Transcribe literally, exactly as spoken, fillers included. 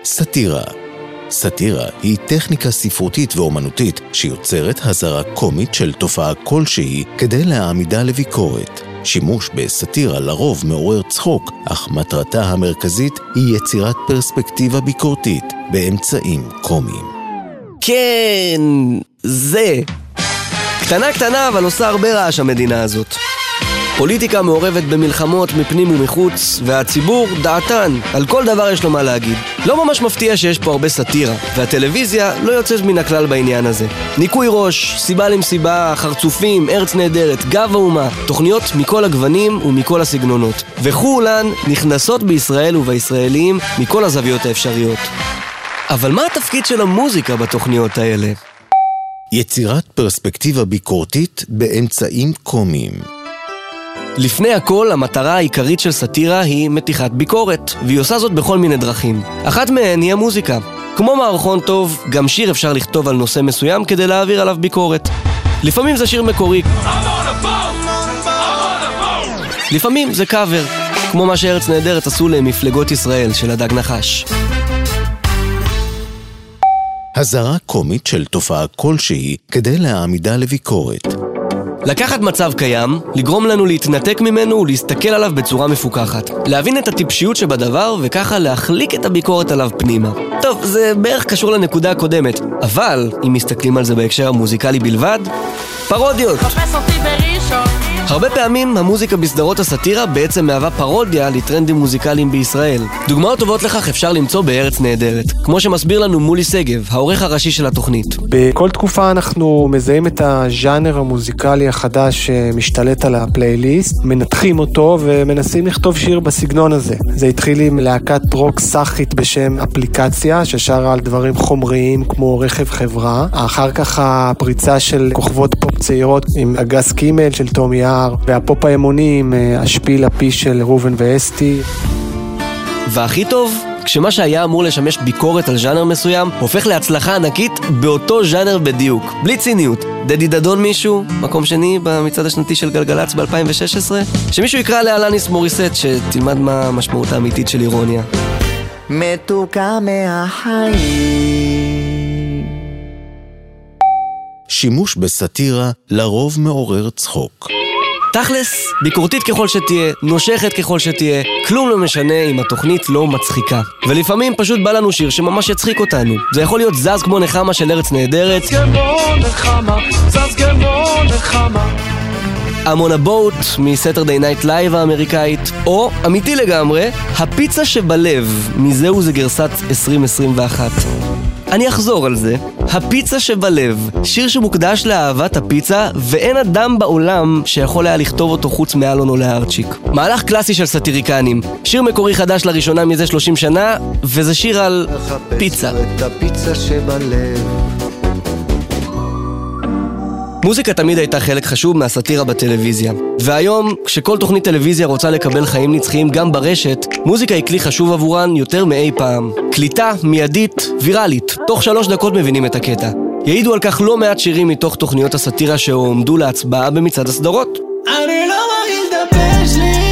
סאטירה. סאטירה היא טכניקה ספרותית ואומנותית שיוצרת הזרה קומית של תופעה כלשהי כדי להעמידה לביקורת. שימוש בסאטירה לרוב מעורר צחוק, אך מטרתה המרכזית היא יצירת פרספקטיבה ביקורתית באמצעים קומיים. כן, זה. קטנה קטנה אבל עושה הרבה רעש המדינה הזאת. פוליטיקה מעורבת במלחמות מפנים ומחוץ, והציבור דעתן, על כל דבר יש לו מה להגיד. לא ממש מפתיע שיש פה הרבה סאטירה, והטלוויזיה לא יוצאת מן הכלל בעניין הזה. ניקוי ראש, סיבה למסיבה, חרצופים, ארץ נהדרת, גב האומה, תוכניות מכל הגוונים ומכל הסגנונות. וכולן נכנסות בישראל ובישראלים מכל הזוויות האפשריות. אבל מה התפקיד של המוזיקה בתוכניות האלה? יצירת פרספקטיבה ביקורתית באמצעים קומיים. לפני הכל, המטרה העיקרית של סאטירה היא מתיחת ביקורת, והיא עושה זאת בכל מיני דרכים. אחת מהן היא המוזיקה. כמו מערכון טוב, גם שיר אפשר לכתוב על נושא מסוים כדי להעביר עליו ביקורת. לפעמים זה שיר מקורי. לפעמים זה קאבר, כמו מה שארץ נהדרת עשו למפלגות ישראל של הדג נחש. הזרה קומית של תופעה כלשהי כדי להעמידה לביקורת. לקחת מצב קיים, לגרום לנו להתנתק ממנו ולהסתכל עליו בצורה מפוקחת. להבין את הטיפשיות שבדבר וככה להחליק את הביקורת עליו פנימה. טוב, זה בערך קשור לנקודה הקודמת, אבל אם מסתכלים על זה בהקשר המוזיקלי בלבד, פרודיות. הרבה פעמים המוזיקה בסדרות הסאטירה בעצם מהווה פרודיה לטרנדים מוזיקליים בישראל. דוגמאות טובות לכך אפשר למצוא בארץ נהדרת, כמו שמסביר לנו מולי סגב, העורך הראשי של התוכנית. בכל תקופה אנחנו מזהים את הז'אנר המוזיקלי החדש שמשתלט על הפלייליסט, מנתחים אותו ומנסים לכתוב שיר בסגנון הזה. זה התחיל עם להקת רוק סאחית בשם אפליקציה, ששרה על דברים חומריים כמו רכב חברה. אחר כך הפריצה של כוכבות פופ צעירות עם אגס קימל של תומי יער, והפופ הימוני עם השפיל הפי של רובן ואסתי. והכי טוב, כשמה שהיה אמור לשמש ביקורת על ז'אנר מסוים, הופך להצלחה ענקית באותו ז'אנר בדיוק. בלי ציניות. דדי דדון מישהו, מקום שני במצעד השנתי של גלגלץ ב-אלפיים ושש עשרה, שמישהו יקרא לאלניס מוריסט שתלמד מה המשמעות האמיתית של אירוניה. מתוקה מהחיים. שימוש בסאטירה לרוב מעורר צחוק. תכלס, ביקורתית ככל שתהיה, נושכת ככל שתהיה, כלום לא משנה אם התוכנית לא מצחיקה. ולפעמים פשוט בא לנו שיר שממש יצחיק אותנו. זה יכול להיות זז כמו נחמה של ארץ נהדרת, זז כמו נחמה, זז כמו נחמה, I'm on a boat מסטרדיי נייט לייב האמריקאית, או, אמיתי לגמרי, הפיצה שבלב, מזהו זה גרסת עשרים עשרים ואחת. אני אחזור על זה. הפיצה שבלב, שיר שמוקדש לאהבת הפיצה, ואין אדם בעולם שיכול היה לכתוב אותו חוץ מאלון או לארצ'יק. מהלך קלאסי של סאטיריקנים. שיר מקורי חדש לראשונה מזה שלושים שנה, וזה שיר על פיצה. את הפיצה שבלב. מוזיקה תמיד הייתה חלק חשוב מהסאטירה בטלוויזיה. והיום, כשכל תוכנית טלוויזיה רוצה לקבל חיים נצחיים גם ברשת, מוזיקה היא כלי חשוב עבורן יותר מאי פעם. קליטה, מיידית, ויראלית. תוך שלוש דקות מבינים את הקטע. יעידו על כך לא מעט שירים מתוך תוכניות הסאטירה שהועמדו להצבעה במצעד הסדרות. אני לא מרגיל דפש לי